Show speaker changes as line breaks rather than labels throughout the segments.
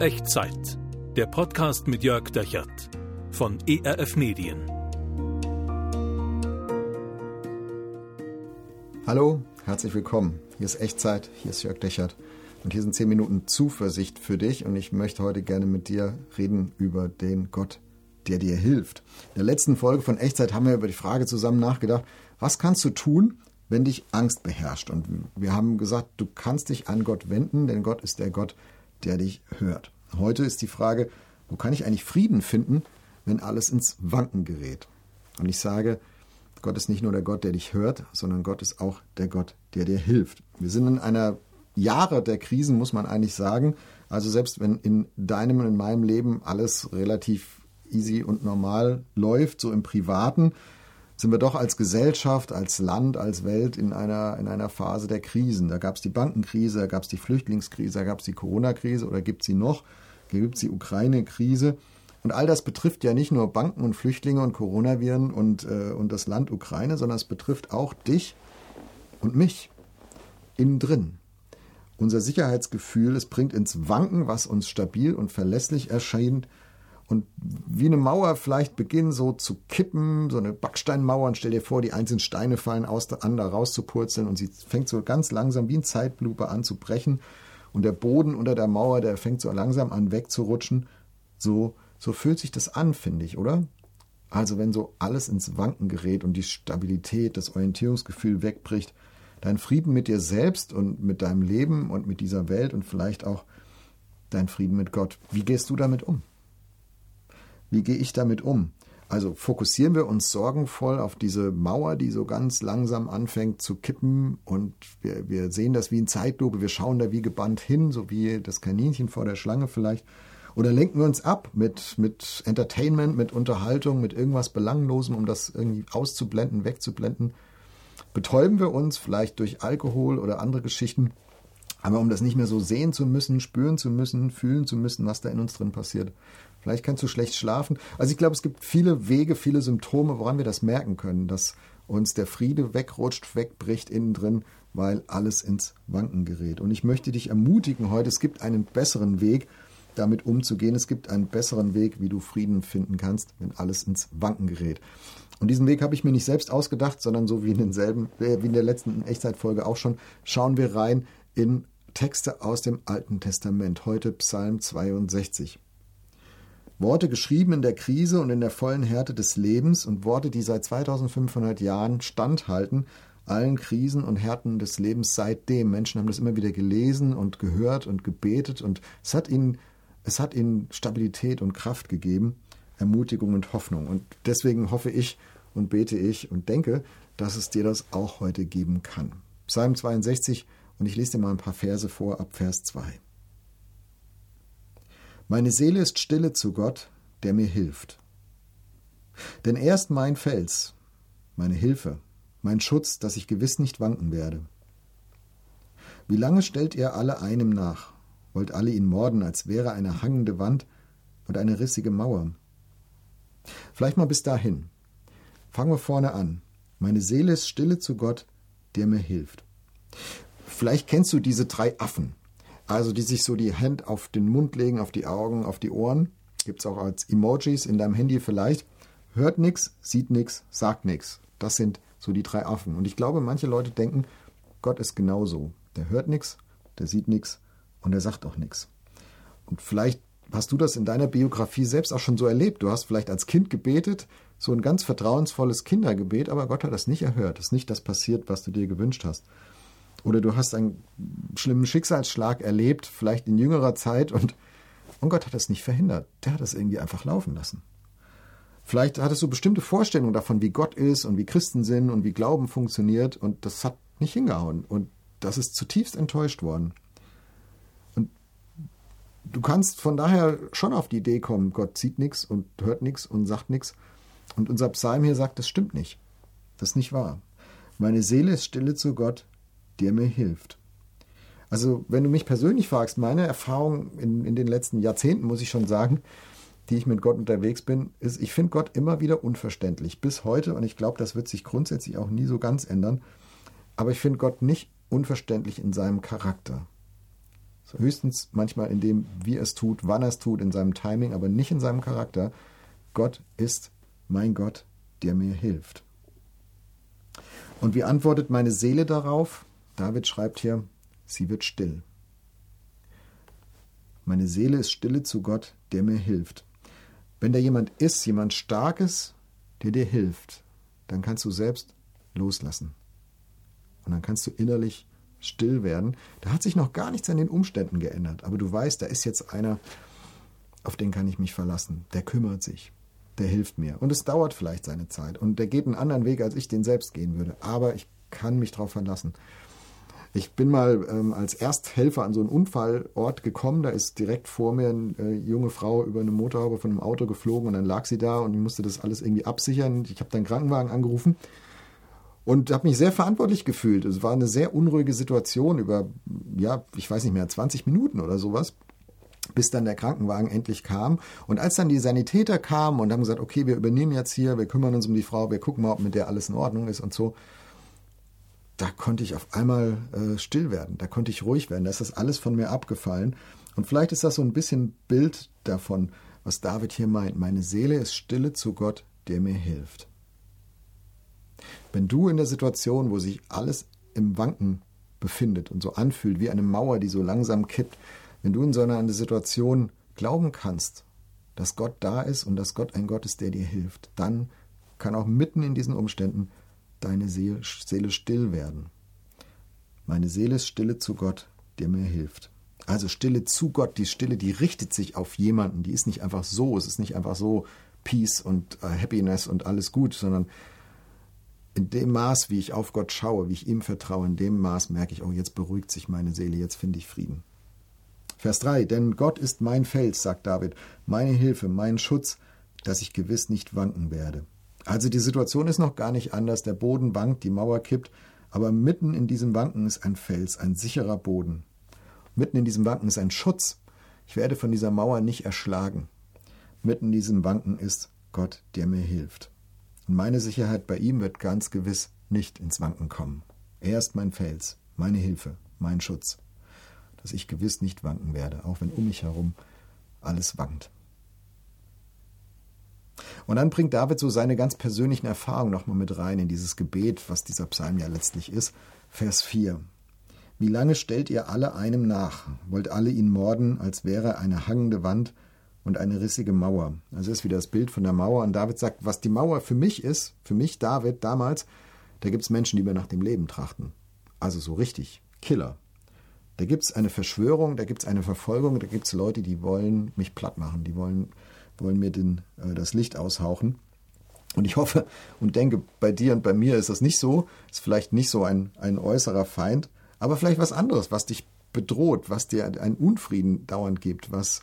Echtzeit. Der Podcast mit Jörg Dechert von ERF Medien.
Hallo, herzlich willkommen. Hier ist Echtzeit, hier ist Jörg Dechert und hier sind 10 Minuten Zuversicht für dich und ich möchte heute gerne mit dir reden über den Gott, der dir hilft. In der letzten Folge von Echtzeit haben wir über die Frage zusammen nachgedacht, was kannst du tun, wenn dich Angst beherrscht? Und wir haben gesagt, du kannst dich an Gott wenden, denn Gott ist der Gott, der dich hört. Heute ist die Frage, wo kann ich eigentlich Frieden finden, wenn alles ins Wanken gerät? Und ich sage, Gott ist nicht nur der Gott, der dich hört, sondern Gott ist auch der Gott, der dir hilft. Wir sind in einer Jahre der Krisen, muss man eigentlich sagen. Also selbst wenn in deinem und in meinem Leben alles relativ easy und normal läuft, so im Privaten, sind wir doch als Gesellschaft, als Land, als Welt in einer Phase der Krisen. Da gab es die Bankenkrise, da gab es die Flüchtlingskrise, da gab es die Corona-Krise oder gibt es sie noch? Gibt es die Ukraine-Krise? Und all das betrifft ja nicht nur Banken und Flüchtlinge und Coronaviren und das Land Ukraine, sondern es betrifft auch dich und mich innen drin. Unser Sicherheitsgefühl, es bringt ins Wanken, was uns stabil und verlässlich erscheint. Und wie eine Mauer vielleicht beginnen so zu kippen, so eine Backsteinmauer, und stell dir vor, die einzelnen Steine fallen an, da rauszupurzeln und sie fängt so ganz langsam wie ein Zeitlupe an zu brechen und der Boden unter der Mauer, der fängt so langsam an wegzurutschen. So fühlt sich das an, finde ich, oder? Also wenn so alles ins Wanken gerät und die Stabilität, das Orientierungsgefühl wegbricht, dein Frieden mit dir selbst und mit deinem Leben und mit dieser Welt und vielleicht auch dein Frieden mit Gott. Wie gehst du damit um? Wie gehe ich damit um? Also fokussieren wir uns sorgenvoll auf diese Mauer, die so ganz langsam anfängt zu kippen und wir sehen das wie in Zeitlupe, wir schauen da wie gebannt hin, so wie das Kaninchen vor der Schlange vielleicht. Oder lenken wir uns ab mit Entertainment, mit Unterhaltung, mit irgendwas Belanglosem, um das irgendwie auszublenden, wegzublenden. Betäuben wir uns vielleicht durch Alkohol oder andere Geschichten, aber um das nicht mehr so sehen zu müssen, spüren zu müssen, fühlen zu müssen, was da in uns drin passiert. Vielleicht kannst du schlecht schlafen. Also ich glaube, es gibt viele Wege, viele Symptome, woran wir das merken können, dass uns der Friede wegrutscht, wegbricht innen drin, weil alles ins Wanken gerät. Und ich möchte dich ermutigen heute, es gibt einen besseren Weg, damit umzugehen. Es gibt einen besseren Weg, wie du Frieden finden kannst, wenn alles ins Wanken gerät. Und diesen Weg habe ich mir nicht selbst ausgedacht, sondern so wie in der letzten Echtzeitfolge auch schon, schauen wir rein in Texte aus dem Alten Testament. Heute Psalm 62. Worte geschrieben in der Krise und in der vollen Härte des Lebens und Worte, die seit 2500 Jahren standhalten, allen Krisen und Härten des Lebens seitdem. Menschen haben das immer wieder gelesen und gehört und gebetet und es hat ihnen Stabilität und Kraft gegeben, Ermutigung und Hoffnung. Und deswegen hoffe ich und bete ich und denke, dass es dir das auch heute geben kann. Psalm 62 und ich lese dir mal ein paar Verse vor ab Vers 2. Meine Seele ist stille zu Gott, der mir hilft. Denn er ist mein Fels, meine Hilfe, mein Schutz, dass ich gewiss nicht wanken werde. Wie lange stellt ihr alle einem nach, wollt alle ihn morden, als wäre eine hangende Wand und eine rissige Mauer? Vielleicht mal bis dahin. Fangen wir vorne an. Meine Seele ist stille zu Gott, der mir hilft. Vielleicht kennst du diese 3 Affen. Also die sich so die Hand auf den Mund legen, auf die Augen, auf die Ohren. Gibt es auch als Emojis in deinem Handy vielleicht. Hört nichts, sieht nichts, sagt nichts. Das sind so die 3 Affen. Und ich glaube, manche Leute denken, Gott ist genauso. Der hört nichts, der sieht nichts und der sagt auch nichts. Und vielleicht hast du das in deiner Biografie selbst auch schon so erlebt. Du hast vielleicht als Kind gebetet, so ein ganz vertrauensvolles Kindergebet, aber Gott hat das nicht erhört. Es ist nicht das passiert, was du dir gewünscht hast. Oder du hast einen schlimmen Schicksalsschlag erlebt, vielleicht in jüngerer Zeit und Gott hat das nicht verhindert. Der hat das irgendwie einfach laufen lassen. Vielleicht hattest du bestimmte Vorstellungen davon, wie Gott ist und wie Christen sind und wie Glauben funktioniert und das hat nicht hingehauen und das ist zutiefst enttäuscht worden. Und du kannst von daher schon auf die Idee kommen, Gott sieht nichts und hört nichts und sagt nichts. Und unser Psalm hier sagt, das stimmt nicht. Das ist nicht wahr. Meine Seele ist stille zu Gott, der mir hilft. Also wenn du mich persönlich fragst, meine Erfahrung in den letzten Jahrzehnten, muss ich schon sagen, die ich mit Gott unterwegs bin, ist, ich finde Gott immer wieder unverständlich. Bis heute, und ich glaube, das wird sich grundsätzlich auch nie so ganz ändern, aber ich finde Gott nicht unverständlich in seinem Charakter. höchstens manchmal in dem, wie er es tut, wann er es tut, in seinem Timing, aber nicht in seinem Charakter. Gott ist mein Gott, der mir hilft. Und wie antwortet meine Seele darauf? David schreibt hier, sie wird still. Meine Seele ist stille zu Gott, der mir hilft. Wenn da jemand ist, jemand Starkes, der dir hilft, dann kannst du selbst loslassen. Und dann kannst du innerlich still werden. Da hat sich noch gar nichts an den Umständen geändert. Aber du weißt, da ist jetzt einer, auf den kann ich mich verlassen. Der kümmert sich. Der hilft mir. Und es dauert vielleicht seine Zeit. Und der geht einen anderen Weg, als ich den selbst gehen würde. Aber ich kann mich darauf verlassen. Ich bin mal als Ersthelfer an so einen Unfallort gekommen. Da ist direkt vor mir eine junge Frau über eine Motorhaube von einem Auto geflogen und dann lag sie da und ich musste das alles irgendwie absichern. Ich habe dann einen Krankenwagen angerufen und habe mich sehr verantwortlich gefühlt. Es war eine sehr unruhige Situation über, ich weiß nicht mehr, 20 Minuten oder sowas, bis dann der Krankenwagen endlich kam. Und als dann die Sanitäter kamen und haben gesagt, okay, wir übernehmen jetzt hier, wir kümmern uns um die Frau, wir gucken mal, ob mit der alles in Ordnung ist und so, da konnte ich auf einmal still werden, da konnte ich ruhig werden, da ist das alles von mir abgefallen. Und vielleicht ist das so ein bisschen Bild davon, was David hier meint. Meine Seele ist stille zu Gott, der mir hilft. Wenn du in der Situation, wo sich alles im Wanken befindet und so anfühlt wie eine Mauer, die so langsam kippt, wenn du in so einer Situation glauben kannst, dass Gott da ist und dass Gott ein Gott ist, der dir hilft, dann kann auch mitten in diesen Umständen deine Seele still werden. Meine Seele ist stille zu Gott, der mir hilft. Also Stille zu Gott, die Stille, die richtet sich auf jemanden, die ist nicht einfach so, es ist nicht einfach so Peace und Happiness und alles gut, sondern in dem Maß, wie ich auf Gott schaue, wie ich ihm vertraue, in dem Maß merke ich, oh, jetzt beruhigt sich meine Seele, jetzt finde ich Frieden. Vers 3, denn Gott ist mein Fels, sagt David, meine Hilfe, mein Schutz, dass ich gewiss nicht wanken werde. Also die Situation ist noch gar nicht anders, der Boden wankt, die Mauer kippt, aber mitten in diesem Wanken ist ein Fels, ein sicherer Boden. Mitten in diesem Wanken ist ein Schutz. Ich werde von dieser Mauer nicht erschlagen. Mitten in diesem Wanken ist Gott, der mir hilft. Und meine Sicherheit bei ihm wird ganz gewiss nicht ins Wanken kommen. Er ist mein Fels, meine Hilfe, mein Schutz, dass ich gewiss nicht wanken werde, auch wenn um mich herum alles wankt. Und dann bringt David so seine ganz persönlichen Erfahrungen nochmal mit rein in dieses Gebet, was dieser Psalm ja letztlich ist. Vers 4. Wie lange stellt ihr alle einem nach? Wollt alle ihn morden, als wäre eine hangende Wand und eine rissige Mauer. Also das ist wieder das Bild von der Mauer. Und David sagt, was die Mauer für mich ist, für mich David damals, da gibt es Menschen, die mir nach dem Leben trachten. Also so richtig Killer. Da gibt es eine Verschwörung, da gibt es eine Verfolgung, da gibt es Leute, die wollen mich platt machen, die wollen mir das Licht aushauchen. Und ich hoffe und denke, bei dir und bei mir ist das nicht so. Ist vielleicht nicht so ein äußerer Feind, aber vielleicht was anderes, was dich bedroht, was dir einen Unfrieden dauernd gibt, was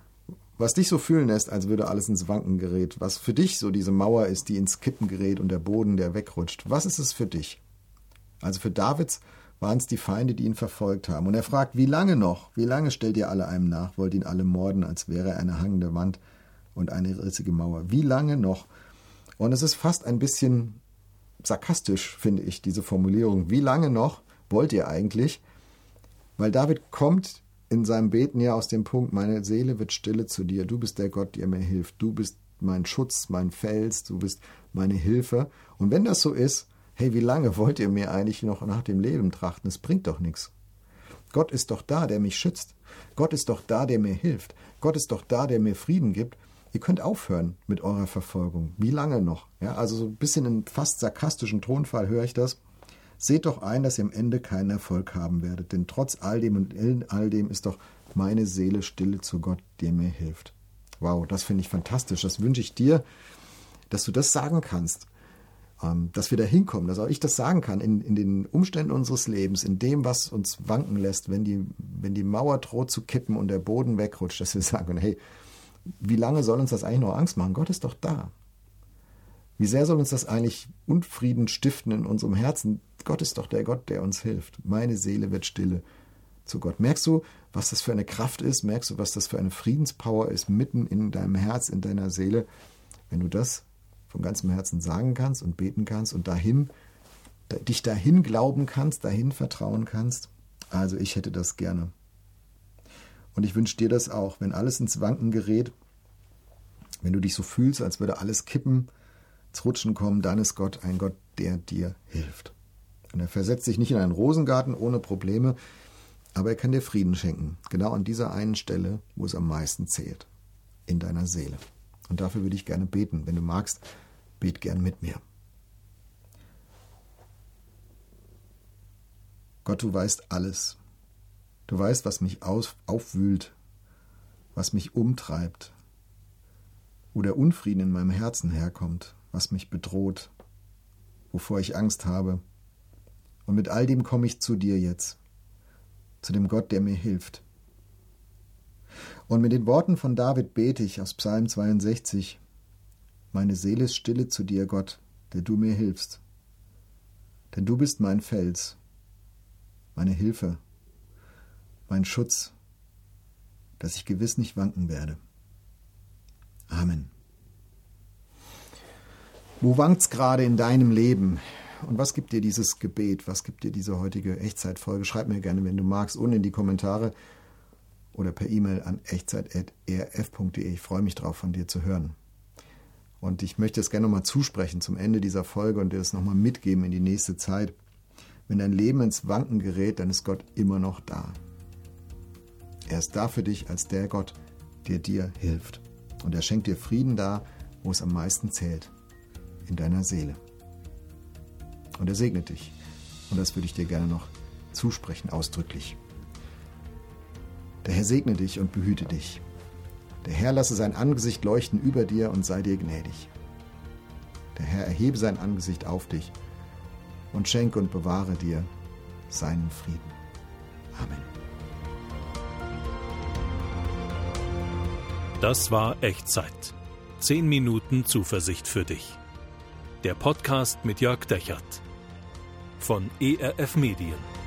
dich so fühlen lässt, als würde alles ins Wanken gerät, was für dich so diese Mauer ist, die ins Kippen gerät und der Boden, der wegrutscht. Was ist es für dich? Also für Davids waren es die Feinde, die ihn verfolgt haben. Und er fragt, wie lange noch? Wie lange stellt ihr alle einem nach? Wollt ihn alle morden, als wäre er eine hangende Wand und eine rissige Mauer? Wie lange noch? Und es ist fast ein bisschen sarkastisch, finde ich, diese Formulierung. Wie lange noch wollt ihr eigentlich? Weil David kommt in seinem Beten ja aus dem Punkt, meine Seele wird stille zu dir. Du bist der Gott, der mir hilft. Du bist mein Schutz, mein Fels. Du bist meine Hilfe. Und wenn das so ist, hey, wie lange wollt ihr mir eigentlich noch nach dem Leben trachten? Es bringt doch nichts. Gott ist doch da, der mich schützt. Gott ist doch da, der mir hilft. Gott ist doch da, der mir Frieden gibt. Ihr könnt aufhören mit eurer Verfolgung. Wie lange noch? Ja, also so ein bisschen in fast sarkastischen Tonfall höre ich das. Seht doch ein, dass ihr am Ende keinen Erfolg haben werdet. Denn trotz all dem und in all dem ist doch meine Seele stille zu Gott, der mir hilft. Wow, das finde ich fantastisch. Das wünsche ich dir, dass du das sagen kannst. Dass wir da hinkommen, dass auch ich das sagen kann in den Umständen unseres Lebens, in dem, was uns wanken lässt, wenn die Mauer droht zu kippen und der Boden wegrutscht, dass wir sagen, hey, wie lange soll uns das eigentlich noch Angst machen? Gott ist doch da. Wie sehr soll uns das eigentlich Unfrieden stiften in unserem Herzen? Gott ist doch der Gott, der uns hilft. Meine Seele wird stille zu Gott. Merkst du, was das für eine Kraft ist? Merkst du, was das für eine Friedenspower ist mitten in deinem Herz, in deiner Seele, wenn du das von ganzem Herzen sagen kannst und beten kannst und dich dahin glauben kannst, dahin vertrauen kannst? Also ich hätte das gerne. Und ich wünsche dir das auch, wenn alles ins Wanken gerät, wenn du dich so fühlst, als würde alles kippen, ins Rutschen kommen, dann ist Gott ein Gott, der dir hilft. Und er versetzt dich nicht in einen Rosengarten ohne Probleme, aber er kann dir Frieden schenken, genau an dieser einen Stelle, wo es am meisten zählt, in deiner Seele. Und dafür würde ich gerne beten. Wenn du magst, bet gern mit mir. Gott, du weißt alles. Du weißt, was mich aufwühlt, was mich umtreibt, wo der Unfrieden in meinem Herzen herkommt, was mich bedroht, wovor ich Angst habe. Und mit all dem komme ich zu dir jetzt, zu dem Gott, der mir hilft. Und mit den Worten von David bete ich aus Psalm 62, meine Seele ist stille zu dir, Gott, der du mir hilfst. Denn du bist mein Fels, meine Hilfe, mein Schutz, dass ich gewiss nicht wanken werde. Amen. Wo wankt's gerade in deinem Leben? Und was gibt dir dieses Gebet? Was gibt dir diese heutige Echtzeitfolge? Schreib mir gerne, wenn du magst, unten in die Kommentare oder per E-Mail an echtzeit@erf.de. Ich freue mich drauf, von dir zu hören. Und ich möchte es gerne nochmal zusprechen zum Ende dieser Folge und dir das nochmal mitgeben in die nächste Zeit. Wenn dein Leben ins Wanken gerät, dann ist Gott immer noch da. Er ist da für dich als der Gott, der dir hilft. Und er schenkt dir Frieden da, wo es am meisten zählt, in deiner Seele. Und er segnet dich. Und das würde ich dir gerne noch zusprechen, ausdrücklich. Der Herr segne dich und behüte dich. Der Herr lasse sein Angesicht leuchten über dir und sei dir gnädig. Der Herr erhebe sein Angesicht auf dich und schenke und bewahre dir seinen Frieden. Amen.
Das war Echtzeit. 10 Minuten Zuversicht für dich. Der Podcast mit Jörg Dechert von ERF Medien.